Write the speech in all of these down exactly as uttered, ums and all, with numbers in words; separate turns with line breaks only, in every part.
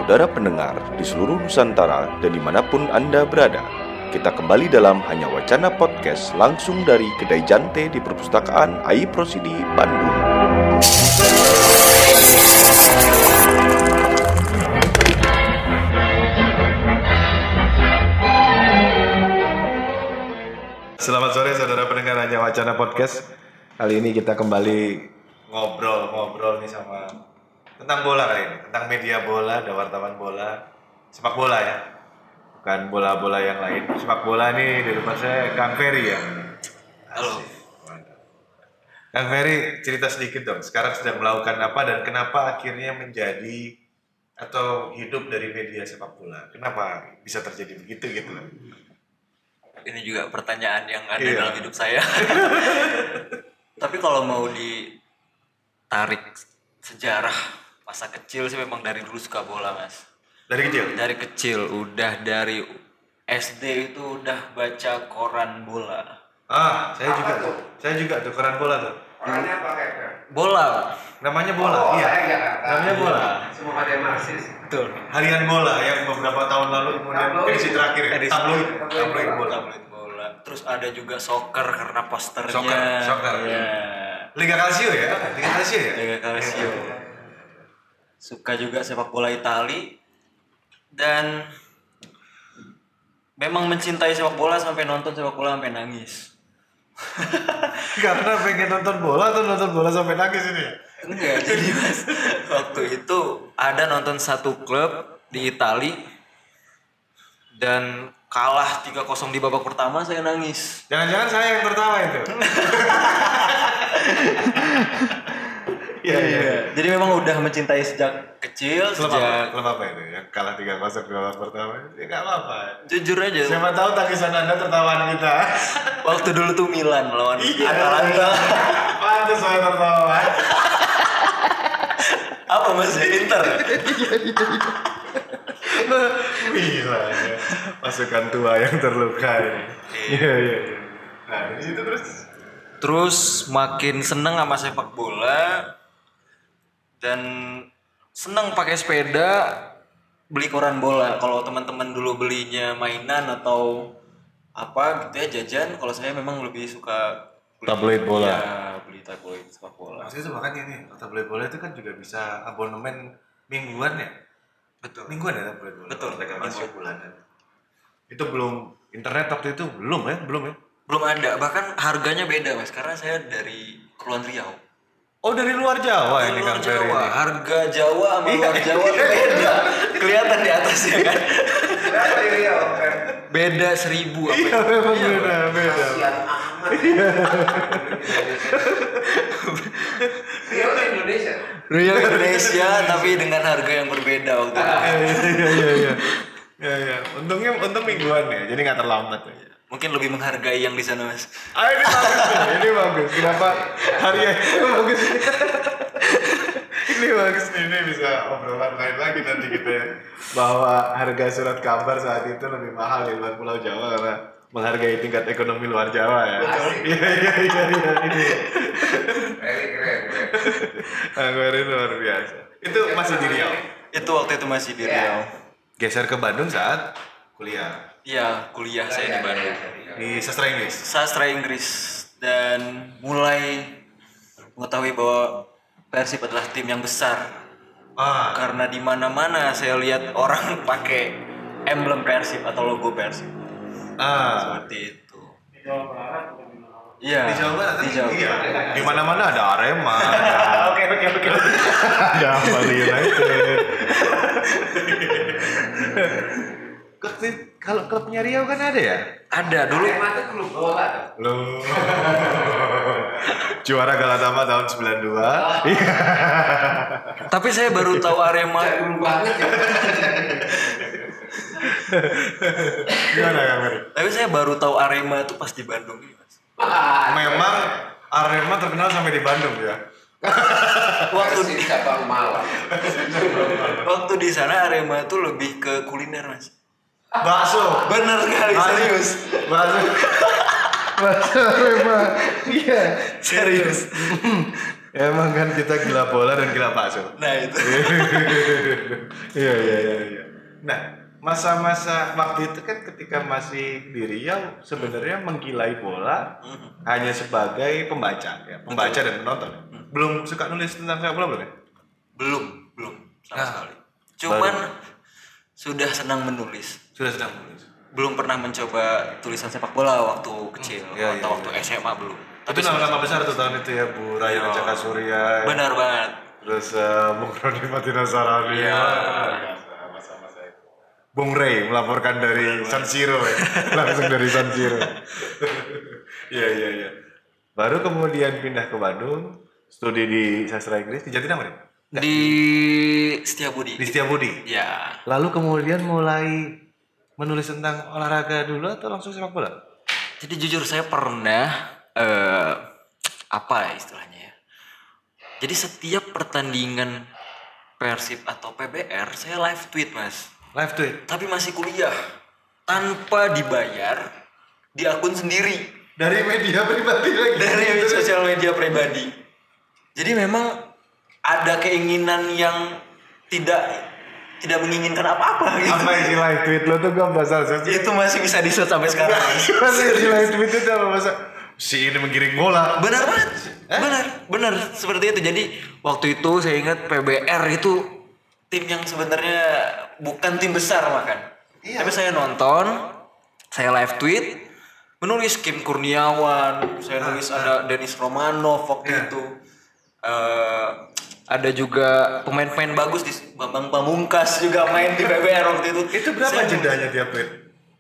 saudara pendengar di seluruh Nusantara dan dimanapun Anda berada. Kita kembali dalam Hanya Wacana Podcast langsung dari Kedai Jante di Perpustakaan A I Prosidi, Bandung.
Selamat sore saudara pendengar Hanya Wacana Podcast. Kali ini kita kembali ngobrol-ngobrol nih sama tentang bola kali ini, tentang media bola, ada wartawan bola, sepak bola ya, bukan bola-bola yang lain. Sepak bola nih di depan saya Kang Ferry ya.
Halo.
Kang Ferry, cerita sedikit dong. Sekarang sedang melakukan apa dan kenapa akhirnya menjadi atau hidup dari media sepak bola? Kenapa bisa terjadi begitu gitu?
Ini juga pertanyaan yang ada
Iya.
dalam hidup saya. Tapi kalau mau ditarik sejarah masa kecil sih memang dari dulu suka bola, Mas.
Dari kecil?
Dari kecil udah dari S D itu udah baca koran bola.
Ah, saya juga tuh. Saya juga tuh koran bola tuh.
Orangnya apa kayak?
Bola.
Namanya bola,
Oh,
iya.
saya Jakarta.
Namanya bola.
Semua pada Marxis.
Betul.
Harian bola yang beberapa tahun lalu kemudian
Tabloid.
edisi terakhir ya.
Edisi-
Tabloid,
tabloid
tabloid bola.
Tabloid bola. Terus ada juga soccer karena posternya.
Soccer, soccer.
Iya.
Liga Calcio ya? Liga Calcio ya?
Liga Calcio. Suka juga sepak bola Itali dan memang mencintai sepak bola sampai nonton sepak bola sampai nangis.
Karena pengen nonton bola atau nonton bola sampai nangis ini?
Enggak, jadi Mas, waktu itu ada nonton satu klub di Itali dan kalah tiga kosong di babak pertama, saya nangis.
Jangan-jangan saya yang tertawa itu. Iya, iya.
Jadi memang udah mencintai sejak kecil,
Klub
sejak
apa? Klub apa itu? Yang kalah tiga kosong di babak pertama? Ya nggak apa-apa.
jujur aja.
Siapa tahu tangisan Anda tertawaan kita.
Waktu dulu tuh Milan melawan
Iya.
Atalanta.
Pantes saya tertawa.
Apa Mas? Pinter.
Gila ya. Pasukan tua yang terluka ini. Iya, iya, iya. Nah, di situ terus.
Terus makin seneng sama sepak bola dan seneng pakai sepeda, beli koran bola. Kalau teman-teman dulu belinya mainan atau apa gitu ya jajan, kalau saya memang lebih suka beli,
Tabloid bola.
Ya, beli tabloid sepak bola.
Maksudnya itu makanya nih, tabloid bola itu kan juga bisa abonemen mingguan ya?
Betul.
Mingguan ya tabloid bola?
Betul,
Mereka
mingguan.
masuk bulanan. Itu belum, internet waktu itu belum ya? Belum ya?
Belum ada, bahkan harganya beda Mas, karena saya dari Kepulauan Riau.
Oh dari luar Jawa
Dari
ini
luar
kan Ferry
Jawa,
ini.
harga Jawa sama luar Jawa tuh beda. Kelihatan di atasnya kan.
Berapa ini ya, Om?
Beda seribu apa.
Iya memang beda, beda.
Kasihan amat. Rio di Indonesia.
Riau Indonesia tapi dengan harga yang berbeda waktu itu.
Iya, iya, iya. Ya, ya. Untungnya, untung mingguan ya, jadi nggak terlambat ya.
Mungkin lebih menghargai yang di sana Mas.
Ah ini bagus nih, ini bagus. Kenapa hari ini bagus? Ini bagus nih, ini bisa obrolan lain lagi nanti kita ya. Bahwa harga surat kabar saat itu lebih mahal di luar Pulau Jawa karena menghargai tingkat ekonomi luar Jawa ya. Iya iya iya iya ini.
Very keren, keren.
Anggaran luar biasa. Itu masih di Riau.
Itu waktu itu masih di
Iya.
Riau.
Geser ke Bandung saat kuliah
Iya, kuliah saya di Bandung.
di sastra Inggris.
Sastra Inggris dan mulai mengetahui bahwa Persib adalah tim yang besar.
Ah,
Karena di mana-mana saya lihat orang pakai emblem Persib atau logo Persib.
ah.
Seperti itu. Iya.
Di Jawa Barat
Di Jawa
iya.
Barat.
Di mana-mana ada Arema.
Oke oke oke.
Ada Bali United. Klub- Kalau klubnya Riau kan ada ya?
Ada dulu.
Arema itu klub bola tuh.
Loh. Juara Galatama tahun sembilan puluh dua. Iya.
Tapi saya baru tahu Arema.
Dulu banget ya.
Gimana Kang Ferry?
Tapi saya baru tahu Arema itu pas di Bandung ini, Mas.
Memang Arema terkenal sampai di Bandung ya.
Waktu
Persib cabang Malang.
waktu di sana Arema itu lebih ke kuliner, Mas.
Bakso.
Bener kali, serius.
Bakso. Bakso Arema. Iya.
Serius.
Emang kan kita gila bola dan gila bakso.
Nah itu.
Iya iya iya iya. Nah, masa-masa waktu itu kan ketika masih di Riau sebenarnya menggilai bola hanya sebagai pembaca ya, pembaca dan penonton. Belum suka nulis tentang sepak bola belum ya?
Belum, belum sama
Nah,
sekali. Cuman sudah senang menulis.
Sudah sedang menulis.
Belum pernah mencoba tulisan sepak bola waktu kecil
iya,
atau
iya,
waktu S M A belum.
Tapi nama-nama besar tuh tahun itu ya, Bu Raya Jaka Surya.
Benar banget.
Terus uh, Bung Roni Matina Sarani.
Iya.
Masa-masa itu. Bung Ray melaporkan dari San Siro ya. Langsung dari San Siro. Iya iya iya. Baru kemudian pindah ke Bandung, studi di sastra Inggris di Jatinangor ya?
Di Setiabudi.
Di Setiabudi.
Ya.
Lalu kemudian mulai menulis tentang olahraga dulu atau langsung sepak bola?
Jadi jujur saya pernah eh apa ya istilahnya ya. Jadi setiap pertandingan Persib atau P B R saya live tweet, Mas.
Live tweet
Tapi masih kuliah tanpa dibayar di akun sendiri
dari media pribadi lagi.
dari sosial media pribadi. Jadi memang ada keinginan yang tidak tidak menginginkan apa-apa gitu.
Apa isi live tweet lo tuh gak basal sih?
Itu masih bisa di-shoot sampai sekarang.
Gimana isi live tweet itu apa masa? Si ini menggiring bola.
Benar banget. Benar, benar seperti itu. Jadi waktu itu saya ingat P B R itu tim yang sebenarnya bukan tim besar makan.
Iya.
Tapi saya nonton, saya live tweet, menulis Kim Kurniawan, saya nulis ada Dennis Romanov waktu
Iya.
itu. Eh, ada juga pemain-pemain bagus di Bambang Pamungkas juga main di P B R waktu itu.
Itu berapa
Saya-
jedanya tiap tweet?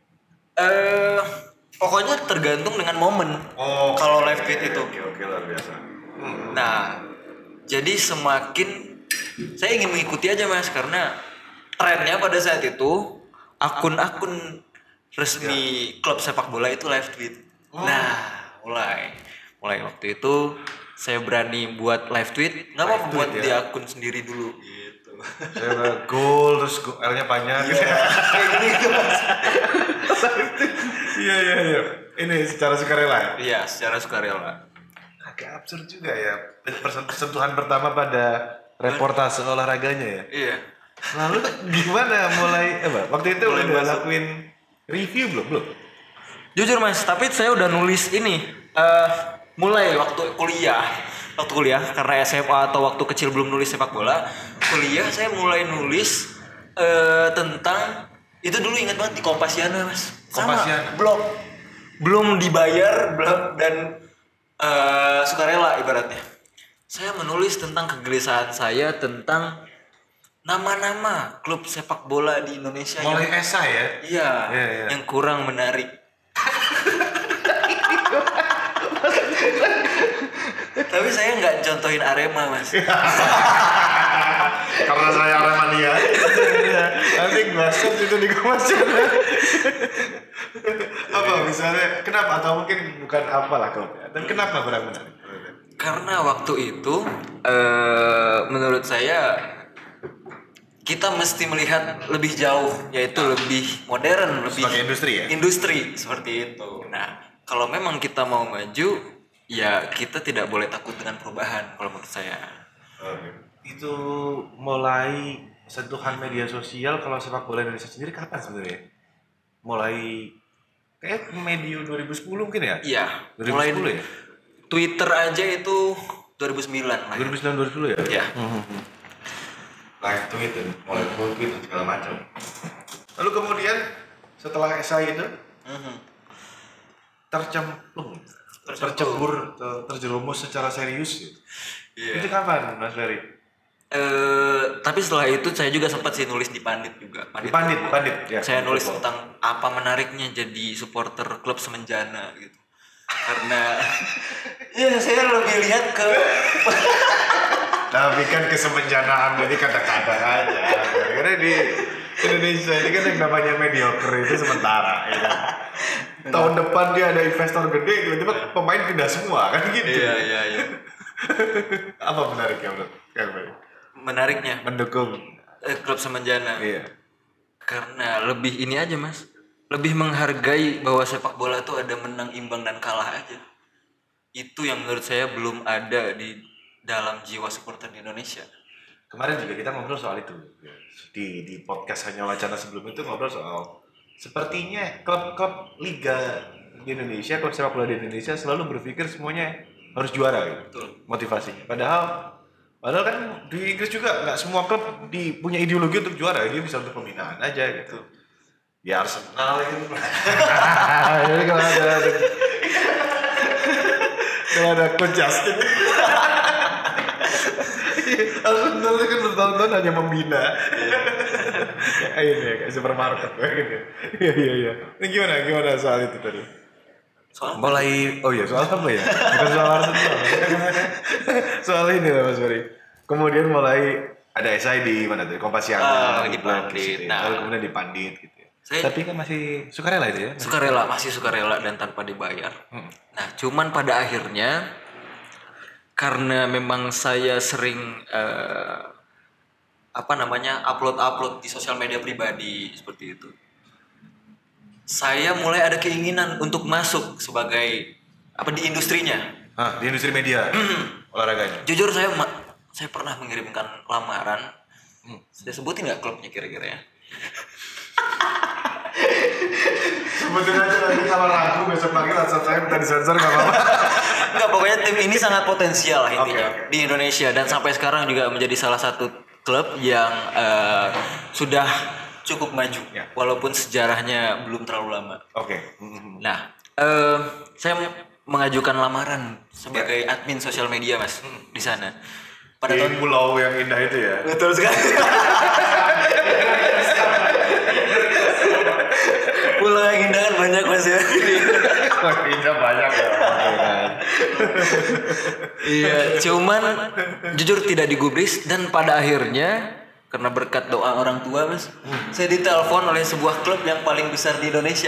Eh, pokoknya tergantung dengan momen.
Oh,
kalau live tweet itu.
Oke oke luar biasa.
Nah, jadi semakin saya ingin mengikuti aja Mas karena trennya pada saat itu akun-akun resmi klub sepak bola itu live tweet. Nah, mulai mulai waktu itu saya berani buat live tweet, nggak apa-apa buat
tweet,
di
ya.
akun sendiri dulu gitu.
Saya gol terus go- L-nya panjang.
Iya, kayak gitu Mas.
Iya iya iya. Ini secara sukarela ya.
Iya, secara sukarela.
Agak absurd juga ya. Persen- Sentuhan pertama pada reportase olahraganya ya.
Iya.
Lalu gimana mulai apa? Waktu itu
Mulai
udah
masuk.
lakuin review belum? Belum.
Jujur Mas, tapi saya udah nulis ini eh mulai waktu kuliah. Waktu kuliah karena S M A atau waktu kecil belum nulis sepak bola, kuliah saya mulai nulis eh tentang itu dulu ingat banget di Kompasiana, Mas. Sama
Kompasiana.
blog. Belum dibayar blog dan eh sukarela ibaratnya. Saya menulis tentang kegelisahan saya tentang nama-nama klub sepak bola di Indonesia
Mulai
yang
esai ya.
iya,
Iya, iya.
yang kurang menarik. Tapi saya nggak contohin Arema Mas.
Karena saya Aremania. Nanti bahasa itu di Kompasiana. Apa misalnya kenapa atau mungkin bukan apalah klubnya dan kenapa kurang menarik?
Karena waktu itu eh, menurut saya kita mesti melihat lebih jauh, yaitu lebih modern, lebih
Sebagai industri ya?
Industri seperti itu. Nah, kalau memang kita mau maju, ya kita tidak boleh takut dengan perubahan kalau menurut saya.
Itu mulai sentuhan media sosial kalau sepak bola Indonesia sendiri kapan sebenarnya? Mulai kayak medio dua ribu sepuluh mungkin ya?
Iya,
dua ribu
mulai
sepuluh ya?
Twitter aja itu dua ribu sembilan lah.
dua ribu sembilan dua ribu sepuluh ya?
Ya.
Live tweet dan mulai full tweet dan segala macam. Lalu kemudian setelah esai itu
Mhm.
tercemplung, tercebur, ter- terjerumus secara serius gitu.
Iya.
Itu kapan Mas Ferry?
Eh, tapi setelah itu saya juga sempat sih nulis di Pandit juga.
Di Pandit, Pandit ya.
Saya nulis
Football.
tentang apa menariknya jadi supporter klub semenjana gitu. Karena ya saya lebih lihat ke
Tapi kan kesemenjanaan jadi kadang-kadang aja. Karena di Indonesia ini kan yang namanya mediocre itu sementara. Ya kan? Tahun depan dia ada investor gede, tiba-tiba pemain pindah semua kan gitu.
iya iya iya.
Apa menariknya menurut Kang Ferry?
Menariknya
Mendukung.
eh, klub semenjana.
Iya.
Karena lebih ini aja Mas. Lebih menghargai bahwa sepak bola tuh ada menang, imbang dan kalah aja. Itu yang menurut saya belum ada di dalam jiwa supporter di Indonesia.
Kemarin juga kita ngobrol soal itu di di podcast Hanya Wacana sebelum itu ngobrol soal sepertinya klub-klub liga di Indonesia, klub sepak bola di Indonesia selalu berpikir semuanya harus juara gitu.
Betul.
Motivasinya. Padahal padahal kan di Inggris juga nggak semua klub di, punya ideologi untuk juara, dia bisa untuk pembinaan aja gitu. Ya Arsenal gitu. Jadi kalau ada kalau ada coach Justin. Arsenal kan bertahun-tahun hanya membina. Kayak ini ya, kayak supermarket kayak gitu. Iya iya iya. Ini gimana gimana soal itu tadi?
Soal
Mulai oh iya soal apa ya? Bukan soal Arsenal. Soal ini lah Mas Ferry. Kemudian mulai ada S I di mana tuh? Kompas Siang.
Ah, di Pandit.
Nah,
Nah.
lalu kemudian di Pandit gitu ya.
Saya-
Tapi kan masih sukarela itu ya?
sukarela, masih sukarela dan tanpa dibayar.
Hmm.
Nah, cuman pada akhirnya karena memang saya sering eh, apa namanya upload-upload di sosial media pribadi seperti itu, saya mulai ada keinginan untuk masuk sebagai apa di industrinya.
Ah, di industri media olahraganya.
Jujur saya ma- saya pernah mengirimkan lamaran. Saya sebutin nggak klubnya kira-kira ya?
Sebutin aja nanti kalau ragu besok pagi langsung saya minta disensor nggak apa-apa.
Enggak, pokoknya tim ini sangat potensial lah intinya
Oke, oke.
di Indonesia dan sampai sekarang juga menjadi salah satu klub yang eh, sudah cukup maju
Ya.
walaupun sejarahnya belum terlalu lama.
Oke.
Nah, eh, saya mengajukan lamaran sebagai admin sosial media Mas di sana. Pada
Di
tahun
pulau yang indah itu ya.
betul sekali. Pulau yang indah kan banyak Mas ya.
Indah banyak ya.
Iya, cuman jujur tidak digubris dan pada akhirnya karena berkat doa orang tua Mas, saya ditelepon oleh sebuah klub yang paling besar di Indonesia.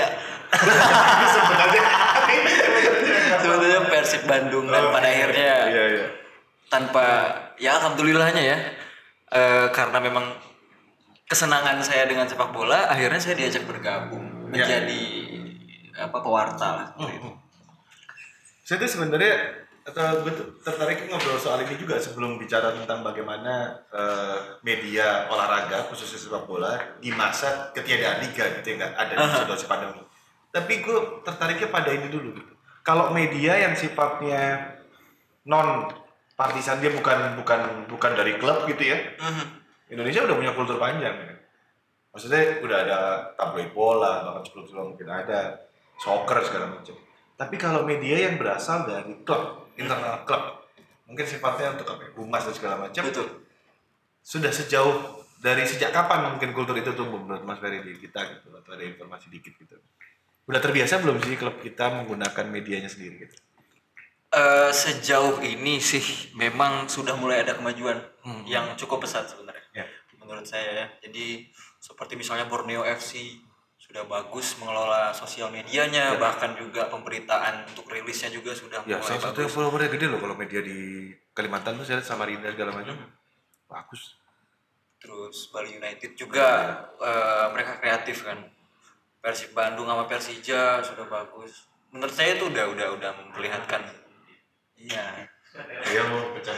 Sebetulnya Persib Bandung dan pada akhirnya
Iya iya.
tanpa ya alhamdulillahnya ya eh, karena memang kesenangan saya dengan sepak bola akhirnya saya diajak bergabung
Ya.
menjadi apa pewarta lah.
Saya tuh sebenarnya atau gue tuh tertarik ngobrol soal ini juga sebelum bicara tentang bagaimana eh, media olahraga khususnya sepak bola di masa ketiadaan liga gitu ya nggak ada di situasi pandemi. Tapi gue tertariknya pada ini dulu gitu. Kalau media yang sifatnya non partisan, dia bukan bukan bukan dari klub gitu ya. Indonesia udah punya kultur panjang ya. Maksudnya udah ada tabloid bola, bahkan sebelum-sebelum mungkin ada soccer segala macam. Tapi kalau media yang berasal dari klub, internal klub, mungkin sifatnya untuk apa? Humas dan segala macam.
Betul.
Sudah sejauh dari sejak kapan mungkin kultur itu tumbuh menurut Mas Ferry di kita gitu, atau ada informasi dikit gitu. Udah terbiasa belum sih klub kita menggunakan medianya sendiri gitu?
Eh, sejauh ini sih memang sudah mulai ada kemajuan yang cukup pesat sebenarnya
Ya.
menurut saya ya. Jadi seperti misalnya Borneo F C sudah bagus mengelola sosial medianya, bahkan juga pemberitaan untuk rilisnya juga sudah
Ya,
mulai
salah satu yang
bagus.
followernya gede loh kalau media di Kalimantan tuh saya lihat Samarinda segala macam. Bagus.
Terus Bali United juga eh, mereka kreatif kan. Persib Bandung sama Persija sudah bagus. Menurut saya itu udah udah udah memperlihatkan. Iya.
Dia mau pecah.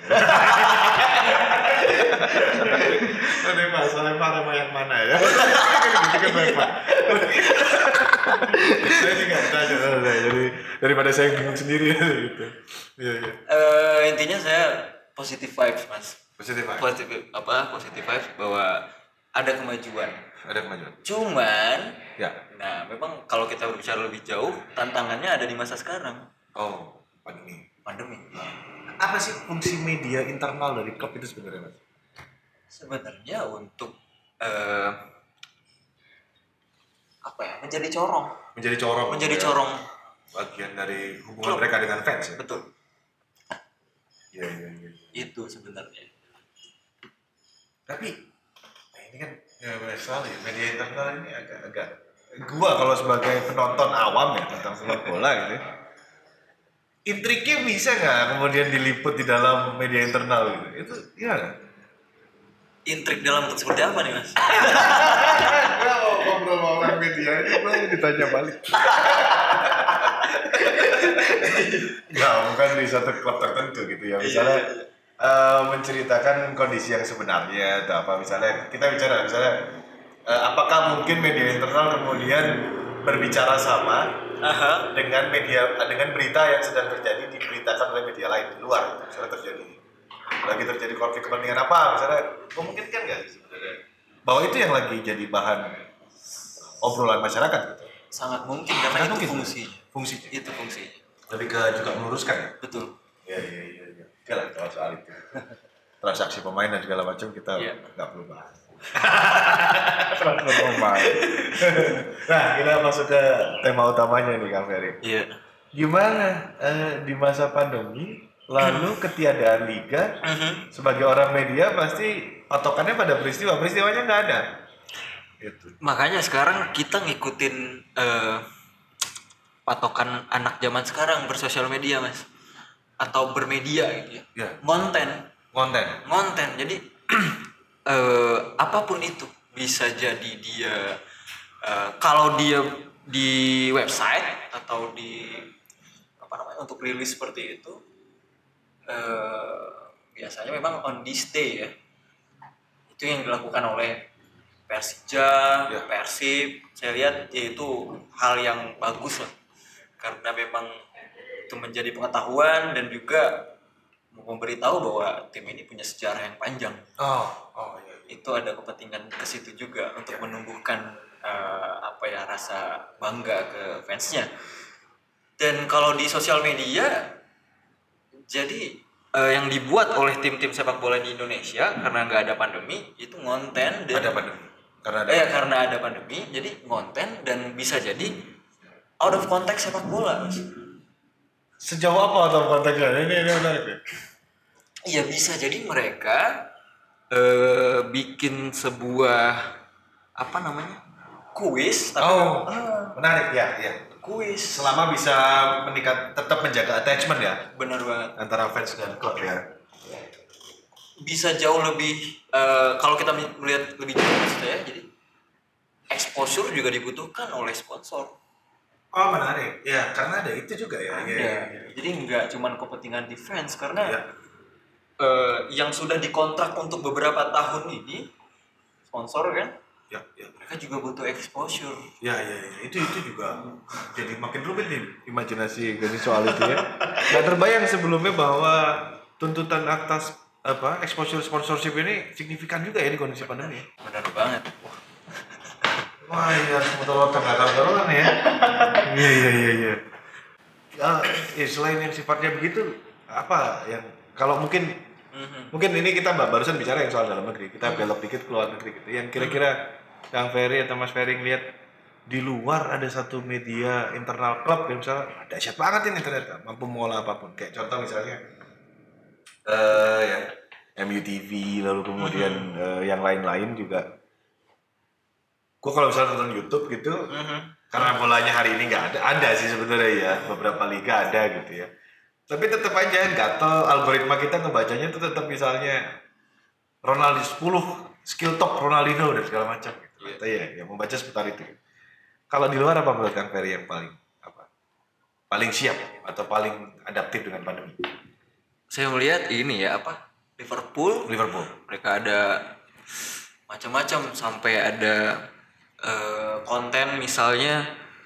Ada masalah sama yang mana ya? Kan gitu kan Pak. Saya juga tanya jadi daripada saya bingung sendiri gitu. Iya iya.
Eh, intinya saya positive vibes mas.
Positif Pak.
Positif apa? Positive vibes bahwa ada kemajuan.
Ada kemajuan.
Cuman,
Ya.
nah memang kalau kita berbicara lebih jauh, tantangannya ada di masa sekarang,
Oh, pandemi.
pandemi.
Apa sih fungsi media internal dari klub itu sebenarnya, Mas?
Sebenarnya untuk eh, apa ya? Menjadi corong,
Menjadi corong.
menjadi
ya.
corong.
Bagian dari hubungan
Klub.
mereka dengan fans ya.
Betul.
Iya iya iya.
Itu sebenarnya.
Tapi nah ini kan ya benar sekali media internal ini agak-agak gua kalau sebagai penonton awam ya tentang sepak bola gitu ya, intriknya bisa nggak kemudian diliput di dalam media internal gitu itu ya nggak?
Intrik dalam bentuk seperti apa nih mas?
Gua mau ngobrol sama orang media ini gua ditanya balik. Nggak, bukan di satu klub tertentu gitu ya misalnya uh, menceritakan kondisi yang sebenarnya atau apa misalnya kita bicara misalnya uh, apakah mungkin media internal kemudian berbicara sama
Aha.
dengan media dengan berita yang sedang terjadi diberitakan oleh media lain di luar misalnya terjadi lagi terjadi konflik kepentingan apa misalnya memungkinkan nggak sih sebenarnya bahwa itu yang lagi jadi bahan obrolan masyarakat gitu.
Sangat mungkin karena
Sangat
itu
mungkin.
fungsinya.
Fungsinya.
Itu fungsinya.
Lebih ke juga meluruskan ya.
Betul.
Iya iya iya. iya. Oke lah soal soal itu. Transaksi pemain dan segala macam kita
Iya.
nggak perlu bahas. Transfer pemain. Nah kita masuk ke tema utamanya nih Kang Ferry.
Iya.
Gimana eh, di masa pandemi lalu ketiadaan liga
Mhm.
sebagai orang media pasti patokannya pada peristiwa peristiwanya nggak ada. Itu.
Makanya sekarang kita ngikutin eh, patokan anak zaman sekarang bersosial media, Mas. Atau bermedia gitu ya.
Ya.
Konten,
Konten.
konten. Jadi eh, apapun itu bisa jadi dia eh, kalau dia di website atau di apa namanya untuk rilis seperti itu eh, biasanya memang on this day ya. Itu yang dilakukan oleh Persija,
Ya.
Persib, saya lihat ya itu hal yang bagus lah karena memang itu menjadi pengetahuan dan juga memberitahu bahwa tim ini punya sejarah yang panjang.
Oh, oh iya.
Itu ada kepentingan ke situ juga untuk menumbuhkan eh, apa ya rasa bangga ke fansnya. Dan kalau di sosial media jadi eh, yang dibuat oleh tim-tim sepak bola di Indonesia karena nggak ada pandemi itu ngonten dan
Ada pandemi. Karena ada.
Eh karena ada pandemi, jadi konten dan bisa jadi out of context sepak bola, Mas.
Sejauh apa atau konteksnya? Ini ini menarik ya.
Iya bisa jadi mereka eh, bikin sebuah apa namanya kuis, tapi
Oh,
ah,
menarik ya, ya.
kuis.
Selama bisa meningkat, tetap menjaga attachment ya
Benar banget.
antara fans dan klub ya.
Bisa jauh lebih eh, kalau kita melihat lebih jauh maksudnya ya, jadi exposure juga dibutuhkan oleh sponsor.
Oh menarik, ya karena ada itu juga ya.
Ada.
Ya, ya.
Jadi nggak cuman kepentingan defense karena
Ya.
eh, yang sudah dikontrak untuk beberapa tahun ini sponsor kan
Ya, ya.
mereka juga butuh exposure.
Ya, ya, ya. Itu itu juga jadi makin rumit nih imajinasi dari soal itu ya. Nggak terbayang sebelumnya bahwa tuntutan atas apa exposure sponsorship ini signifikan juga ya di kondisi pandemi.
Benar banget.
Wah iya, motor nggak taruh ya. Iya iya iya iya. Ah, ya, selain yang sifatnya begitu, apa yang kalau mungkin
Mhm.
mungkin ini kita mbak barusan bicara yang soal dalam negeri, kita belok dikit ke luar negeri gitu. Yang kira-kira Kang Ferry atau Mas Ferry ngeliat di luar ada satu media internal klub yang misalnya dahsyat banget ini ternyata mampu mengolah apapun. Kayak contoh misalnya eh ya M U T V lalu kemudian eh, yang lain-lain juga. Gue kalau misalnya nonton YouTube gitu,
Mhm.
karena bolanya hari ini nggak ada, ada sih sebenarnya ya beberapa liga ada gitu ya. Tapi tetap aja gatel algoritma kita ngebacanya tuh tetap misalnya Ronaldo sepuluh skill top Ronaldinho dan segala macam gitu.
Iya.
Atau ya yang membaca seputar itu. Kalau di luar apa menurut Kang Ferry yang paling apa? Paling siap atau paling adaptif dengan pandemi?
Saya melihat ini ya apa Liverpool
Liverpool.
mereka ada macam-macam sampai ada eh, konten misalnya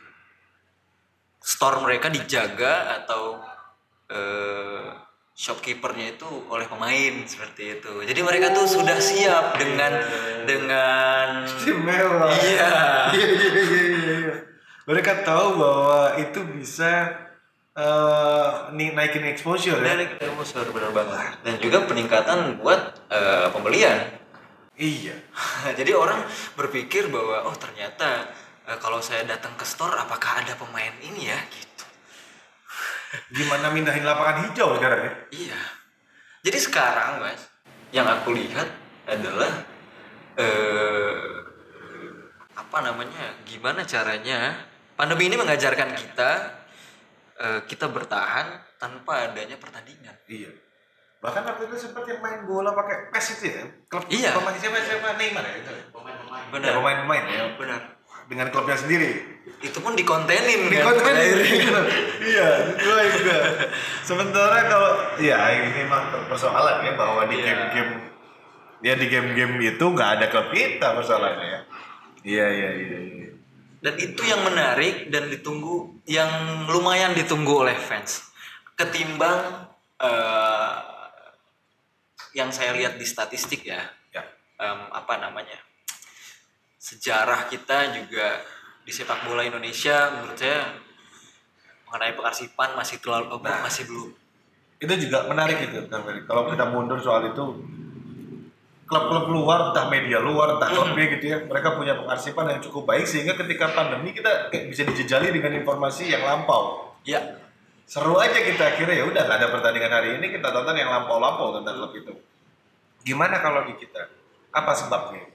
store mereka dijaga atau eh, shopkeepernya itu oleh pemain seperti itu. Jadi mereka tuh sudah siap dengan dengan
Mewah.
iya.
Iya iya iya iya. iya. Mereka tahu bahwa itu bisa eh, ni- naikin exposure ya.
Dari exposure benar banget. Dan juga peningkatan buat eh, pembelian.
Iya.
Jadi orang berpikir bahwa oh ternyata eh, kalau saya datang ke store apakah ada pemain ini ya gitu.
Gimana mindahin lapangan hijau sekarang ya?
Iya. Jadi sekarang Mas, yang aku lihat adalah eh apa namanya? Gimana caranya pandemi ini mengajarkan kita eh, kita bertahan tanpa adanya pertandingan.
Iya. Bahkan waktu itu sempat yang main bola pakai P E S itu ya. Klub
Iya.
pemain siapa siapa Neymar ya itu.
Pemain-pemain.
Benar.
Ya, pemain-pemain ya.
Benar.
dengan klubnya sendiri.
Itu pun dikontenin
Di
kan.
konten
akhirnya.
iya, gue juga. Sementara kalau ya ini mah persoalan ya bahwa di
Iya.
game-game ya di game-game itu nggak ada klub kita persoalannya ya. Iya iya iya. iya.
Dan itu yang menarik dan ditunggu, yang lumayan ditunggu oleh fans. Ketimbang eh, yang saya lihat di statistik ya,
Ya.
em, apa namanya, sejarah kita juga di sepak bola Indonesia menurut saya mengenai pengarsipan masih terlalu
Nah.
masih belum.
Itu juga menarik itu Kang Ferry. Kalau kita mundur soal itu, klub-klub luar, entah media luar, entah klubnya gitu ya, mereka punya pengarsipan yang cukup baik sehingga ketika pandemi kita kayak bisa dijejali dengan informasi yang lampau.
Ya,
Seru aja kita akhirnya ya udah nggak ada pertandingan hari ini, kita tonton yang lampau-lampau tentang klub itu. Gimana kalau di kita? Apa sebabnya?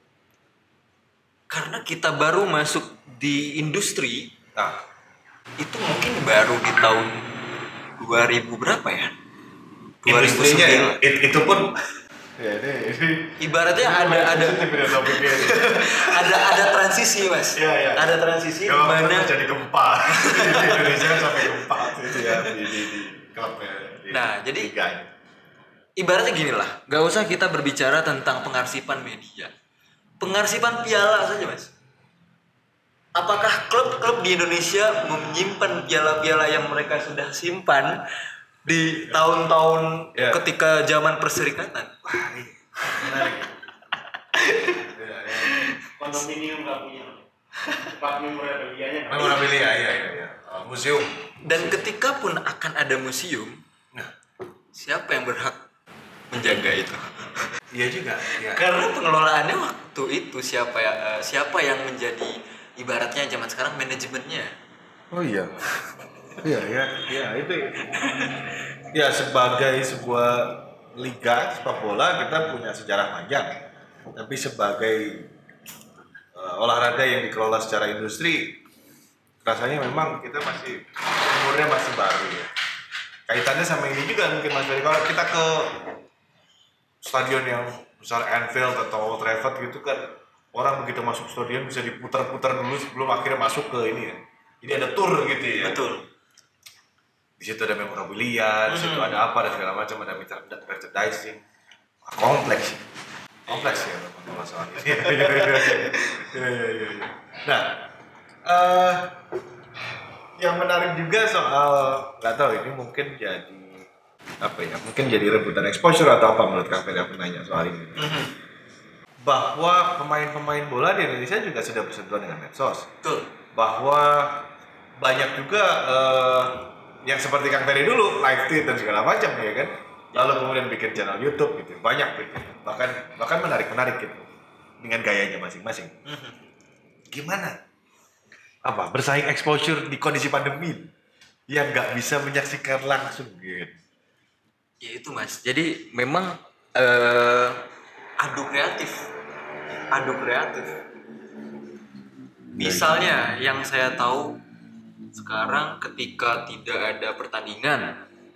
karena kita baru masuk di industri
Nah,
itu mungkin baru di tahun dua ribu berapa ya? dua ribu
industrinya ya,
sembilan.
it- itu pun ya ini ini
Ibaratnya ada ada
sensitif ya topiknya ini.
ada ada transisi mas.
Iya, iya.
Ada transisi di
Kalau
mana
kita jadi gempa di Indonesia sampai gempa gitu ya di di, di klubnya. Di,
Nah, jadi-
liganya.
ibaratnya gini lah, gak usah kita berbicara tentang pengarsipan media, pengarsipan piala saja mas. Apakah klub-klub di Indonesia menyimpan piala-piala yang mereka sudah simpan di tahun-tahun
Ya.
ketika zaman perserikatan?
Wah, ini menarik. Ya, ya.
Kondominium nggak punya plat memorabilianya nggak punya.
Memorabilia ya ya ya. Uh, museum.
Dan ketika pun akan ada museum,
Nah,
siapa yang berhak menjaga itu?
iya juga. Ya.
Karena pengelolaannya waktu itu siapa ya eh, siapa yang menjadi ibaratnya zaman sekarang manajemennya.
Oh iya. Iya ya, ya itu. Ya sebagai sebuah liga sepak bola kita punya sejarah panjang. Tapi sebagai uh, olahraga yang dikelola secara industri, rasanya memang kita masih umurnya masih baru ya. Kaitannya sama ini juga mungkin Mas Ferry, kalau kita ke stadion yang besar Anfield atau Old Trafford gitu kan, orang begitu masuk stadion bisa diputar-putar dulu sebelum akhirnya masuk ke ini ya. Jadi ada tour gitu ya.
Betul.
Di situ ada memorabilia, di situ ada apa dan segala macam, ada merchandising. Wah, kompleks. Kompleks ya memang masalah ini. Iya, iya, iya, iya, iya. Nah, eh, yang menarik juga soal nggak tahu ini mungkin jadi apa ya? Mungkin jadi rebutan exposure atau apa menurut Kang Ferry, aku nanya soal ini. Bahwa pemain-pemain bola di Indonesia juga sudah bersentuhan dengan medsos.
Betul.
Bahwa banyak juga eh, yang seperti Kang Ferry dulu live tweet dan segala macam ya kan, lalu kemudian bikin channel YouTube gitu, banyak gitu, bahkan bahkan menarik menarik gitu dengan gayanya masing-masing. Gimana? Apa bersaing exposure di kondisi pandemi yang nggak bisa menyaksikan langsung gitu?
Ya itu mas. Jadi memang eh, adu kreatif, adu kreatif. Misalnya yang saya tahu sekarang ketika tidak ada pertandingan,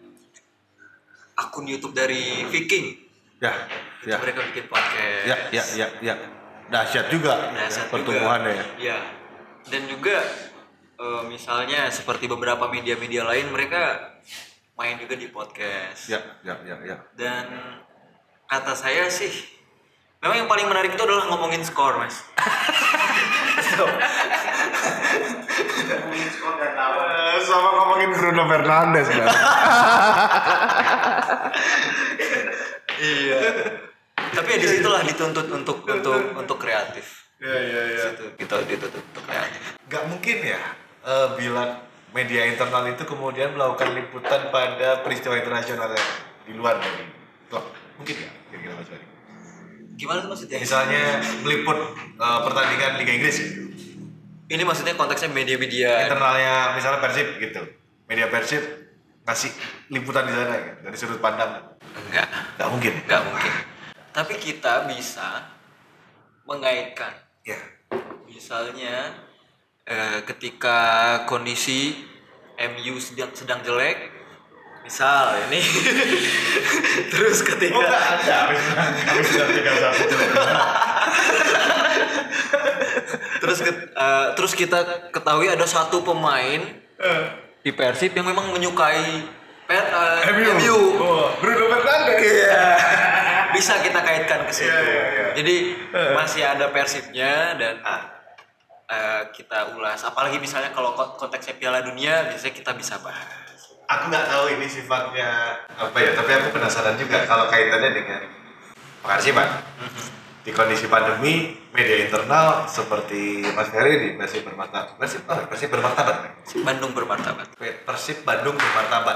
akun YouTube dari Viking
Ya, ya,
mereka bikin podcast.
ya, ya, ya, ya. Dahsyat juga
Dahsyat
pertumbuhannya ya.
Ya. Dan juga eh, misalnya seperti beberapa media-media lain mereka main juga di podcast.
Ya, ya, ya, ya.
Dan kata saya sih memang yang paling menarik itu adalah ngomongin skor mas.
Ngomongin skor dan lawan.
Eh, sama ngomongin Bruno Fernandes kan.
Iya. Tapi ya disitulah dituntut untuk untuk untuk kreatif.
Ya, ya, ya.
Situ kita dituntut untuk kreatif.
Gak mungkin ya eh, bilang media internal itu kemudian melakukan liputan pada peristiwa internasional yang di luar dari klub. Mungkin ya, kira-kira Mas Ferry.
Gimana tuh maksudnya?
Misalnya meliput eh, pertandingan Liga Inggris gitu.
Ini maksudnya konteksnya media-media.
Internalnya misalnya Persib gitu. Media Persib ngasih liputan di sana gitu, dari sudut pandang.
Enggak,
Gak mungkin.
enggak mungkin. Tapi kita bisa mengaitkan.
Ya.
Misalnya eh, ketika kondisi M U sedang sedang jelek, misal ini, terus ketika
Oh nggak ada, habis habis sudah tiga satu.
terus terus ke- eh, terus kita ketahui ada satu pemain di Persib yang memang menyukai per, eh, M U.
Oh, Bruno Fernandes.
Iya. Bisa kita kaitkan ke situ.
Iya, iya, iya.
Jadi masih ada Persibnya dan eh, kita ulas. Apalagi misalnya kalau ko- konteksnya Piala Dunia, biasanya kita bisa bahas.
Aku nggak tahu ini sifatnya apa ya, tapi aku penasaran juga kalau kaitannya dengan pengarsipan. Di kondisi pandemi, media internal seperti Mas Ferry di Persib bermartabat. Persib, oh, Persib bermartabat.
Bandung bermartabat.
Persib Bandung bermartabat.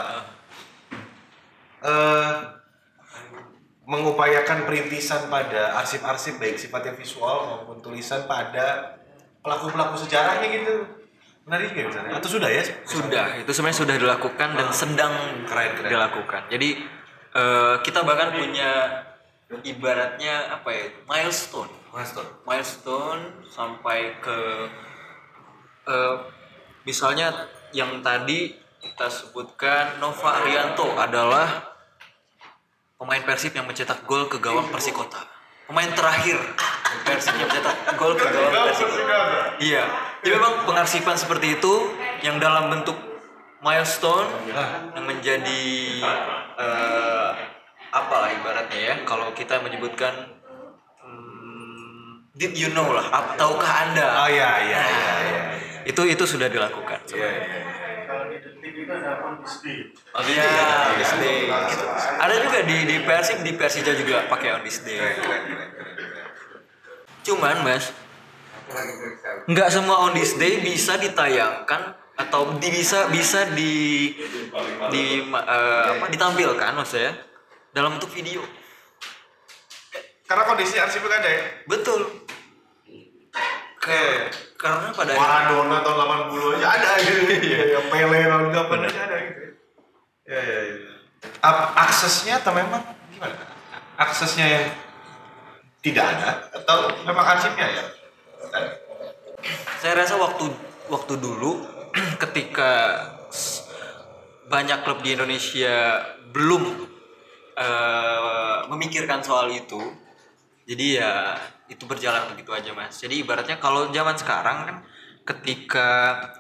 Eh, mengupayakan perintisan pada arsip-arsip baik sifatnya visual maupun tulisan pada pelaku-pelaku sejarahnya gitu. Menarik nggak misalnya? Atau sudah ya?
Sudah, itu sebenarnya sudah dilakukan dan sedang
Keren, keren.
dilakukan. Jadi eh, kita bahkan punya ibaratnya apa ya, milestone,
Milestone.
milestone sampai ke eh, misalnya yang tadi kita sebutkan Nova Arianto adalah pemain Persib yang mencetak gol ke gawang Persikota. Pemain terakhir Persib yang mencetak gol ke gawang Persikota. Iya. Jadi memang pengarsipan seperti itu yang dalam bentuk milestone yang menjadi eh, apa lah ibaratnya ya, kalau kita menyebutkan hmm, did you know lah, ap- tahukah Anda?
Oh iya iya iya iya.
Itu itu sudah dilakukan.
Iya iya.
Kalau di detik itu ada on this day.
Oh iya, on this day. Ada juga di di Persib, di Persija juga pakai on this day. Cuman Mas, nggak semua on this day bisa ditayangkan atau di, bisa bisa di di eh, apa ditampilkan maksudnya dalam bentuk video.
Karena kondisi arsipnya kan ada ya.
Betul. Ke, karena pada
Maradona tahun delapan puluh aja ada gitu. Iya, Pele tahun kapan aja ada gitu. Iya iya iya. Ap- aksesnya atau memang gimana? Aksesnya yang tidak ada atau memang arsipnya ya?
saya rasa waktu waktu dulu ketika s- banyak klub di Indonesia belum eh, memikirkan soal itu, jadi ya itu berjalan begitu aja Mas. Jadi ibaratnya kalau zaman sekarang kan ketika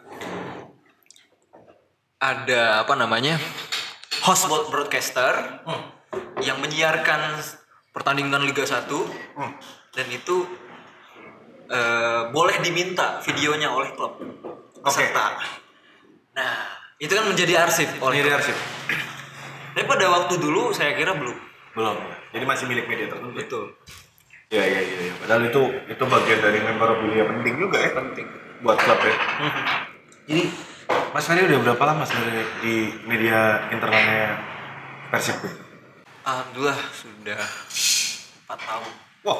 ada apa namanya host broadcaster yang menyiarkan pertandingan Liga satu dan itu eh, boleh diminta videonya oleh klub peserta. Nah, itu kan menjadi arsip oleh
Jadi
klub.
arsip.
Tapi pada waktu dulu saya kira belum.
Belum. Jadi masih milik media tertentu.
Betul.
Iya iya iya. Ya. Padahal itu itu bagian dari memorabilia penting juga ya, penting buat klub ya. Jadi Mas Ferry udah berapa lama sebenarnya di media internalnya Persib?
Alhamdulillah sudah empat tahun.
Wah.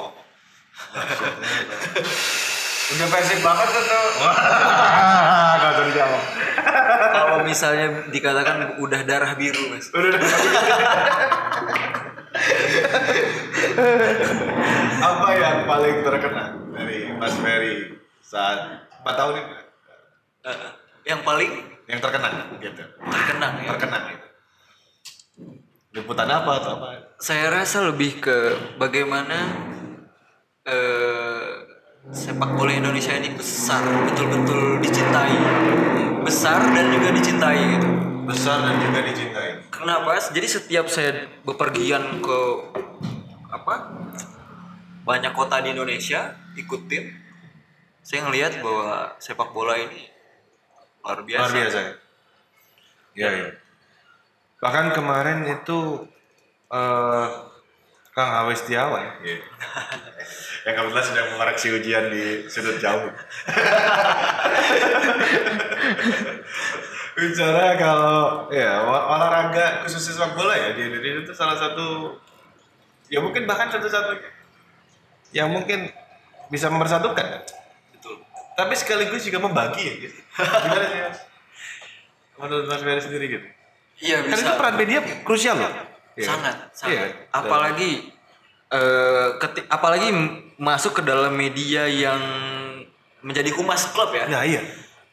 Udah Persib banget atau? Gak usah dijawab.
Kalau misalnya dikatakan udah darah biru, Mas.
Udah udah. Apa yang paling terkena dari Mas Ferry saat empat tahun ini?
Eh, yang paling
Yang terkena gitu.
terkenang ya.
Terkena gitu. Liputan apa atau apa?
Saya rasa lebih ke bagaimana eh, sepak bola Indonesia ini besar, betul-betul dicintai, besar dan juga dicintai gitu.
Besar dan juga dicintai.
Kenapa? Jadi setiap saya bepergian ke apa banyak kota di Indonesia ikutin, saya ngelihat bahwa sepak bola ini luar biasa.
Luar biasa. Iya iya. Bahkan kemarin itu eh Kang Awe Setiawan ya. Yang kebetulan sedang mengoreksi ujian di sudut jauh. Bicara kalau ya ol- olahraga khususnya sepak bola ya di Indonesia itu salah satu ya mungkin bahkan satu-satunya yang mungkin bisa mempersatukan.
Betul.
Tapi sekaligus juga membagi ya gitu. Gimana sih Mas? Menurut Mas Ferry sendiri gitu.
Iya
Karena
bisa.
itu peran media krusial loh. Iya.
Sangat, sangat.
Iya.
Apalagi eh keti- apalagi m- masuk ke dalam media yang menjadi humas klub ya.
Nah iya.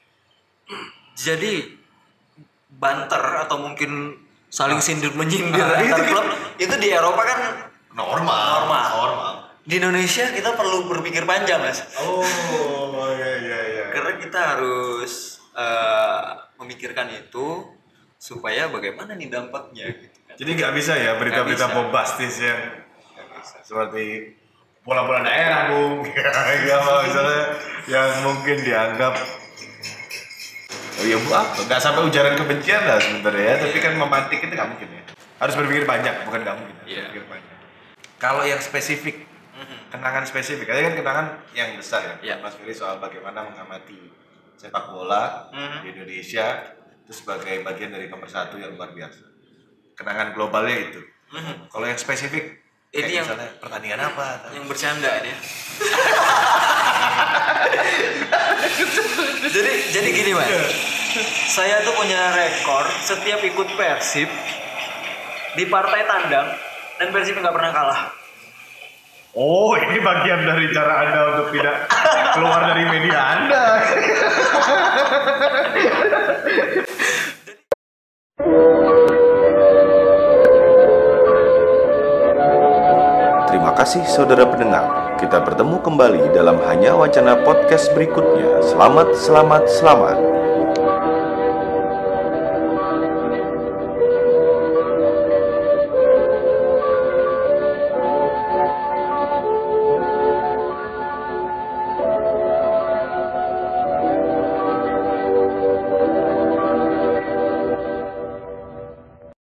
Jadi banter atau mungkin saling sindir menyindir
Ah,
antar
itu kan-
klub itu di Eropa kan
Normal.
Normal.
Normal.
di Indonesia kita perlu berpikir panjang, Mas.
Oh, iya iya iya.
Karena kita harus uh, memikirkan itu supaya bagaimana nih dampaknya gitu kan.
Jadi nggak bisa ya berita-berita
Nggak bisa.
bombastis yang seperti bola-bola daerah, Bung. Ya, misalnya yang mungkin dianggap oh ya bu apa? Nggak sampai ujaran kebencian lah sebenarnya ya, tapi kan memantik itu nggak mungkin ya. Harus berpikir banyak, bukan nggak mungkin. Harus
Iya.
berpikir banyak. Kalau yang spesifik, kenangan spesifik, ada kan kenangan yang besar ya,
Iya.
Mas Ferry soal bagaimana mengamati sepak bola
Mhm.
di Indonesia, itu sebagai bagian dari pemersatu yang luar biasa. Kenangan globalnya itu. Kalau yang spesifik, kayak
Ini yang-
misalnya pertandingan apa? Atau
Yang bercanda dia. jadi jadi gini, Mas. Saya tuh punya rekor setiap ikut Persib di partai tandang dan Persib nggak pernah kalah.
Oh, ini bagian dari cara Anda untuk tidak keluar dari media Anda.
Terima kasih saudara pendengar. Kita bertemu kembali dalam Hanya Wacana Podcast berikutnya. Selamat, selamat, selamat.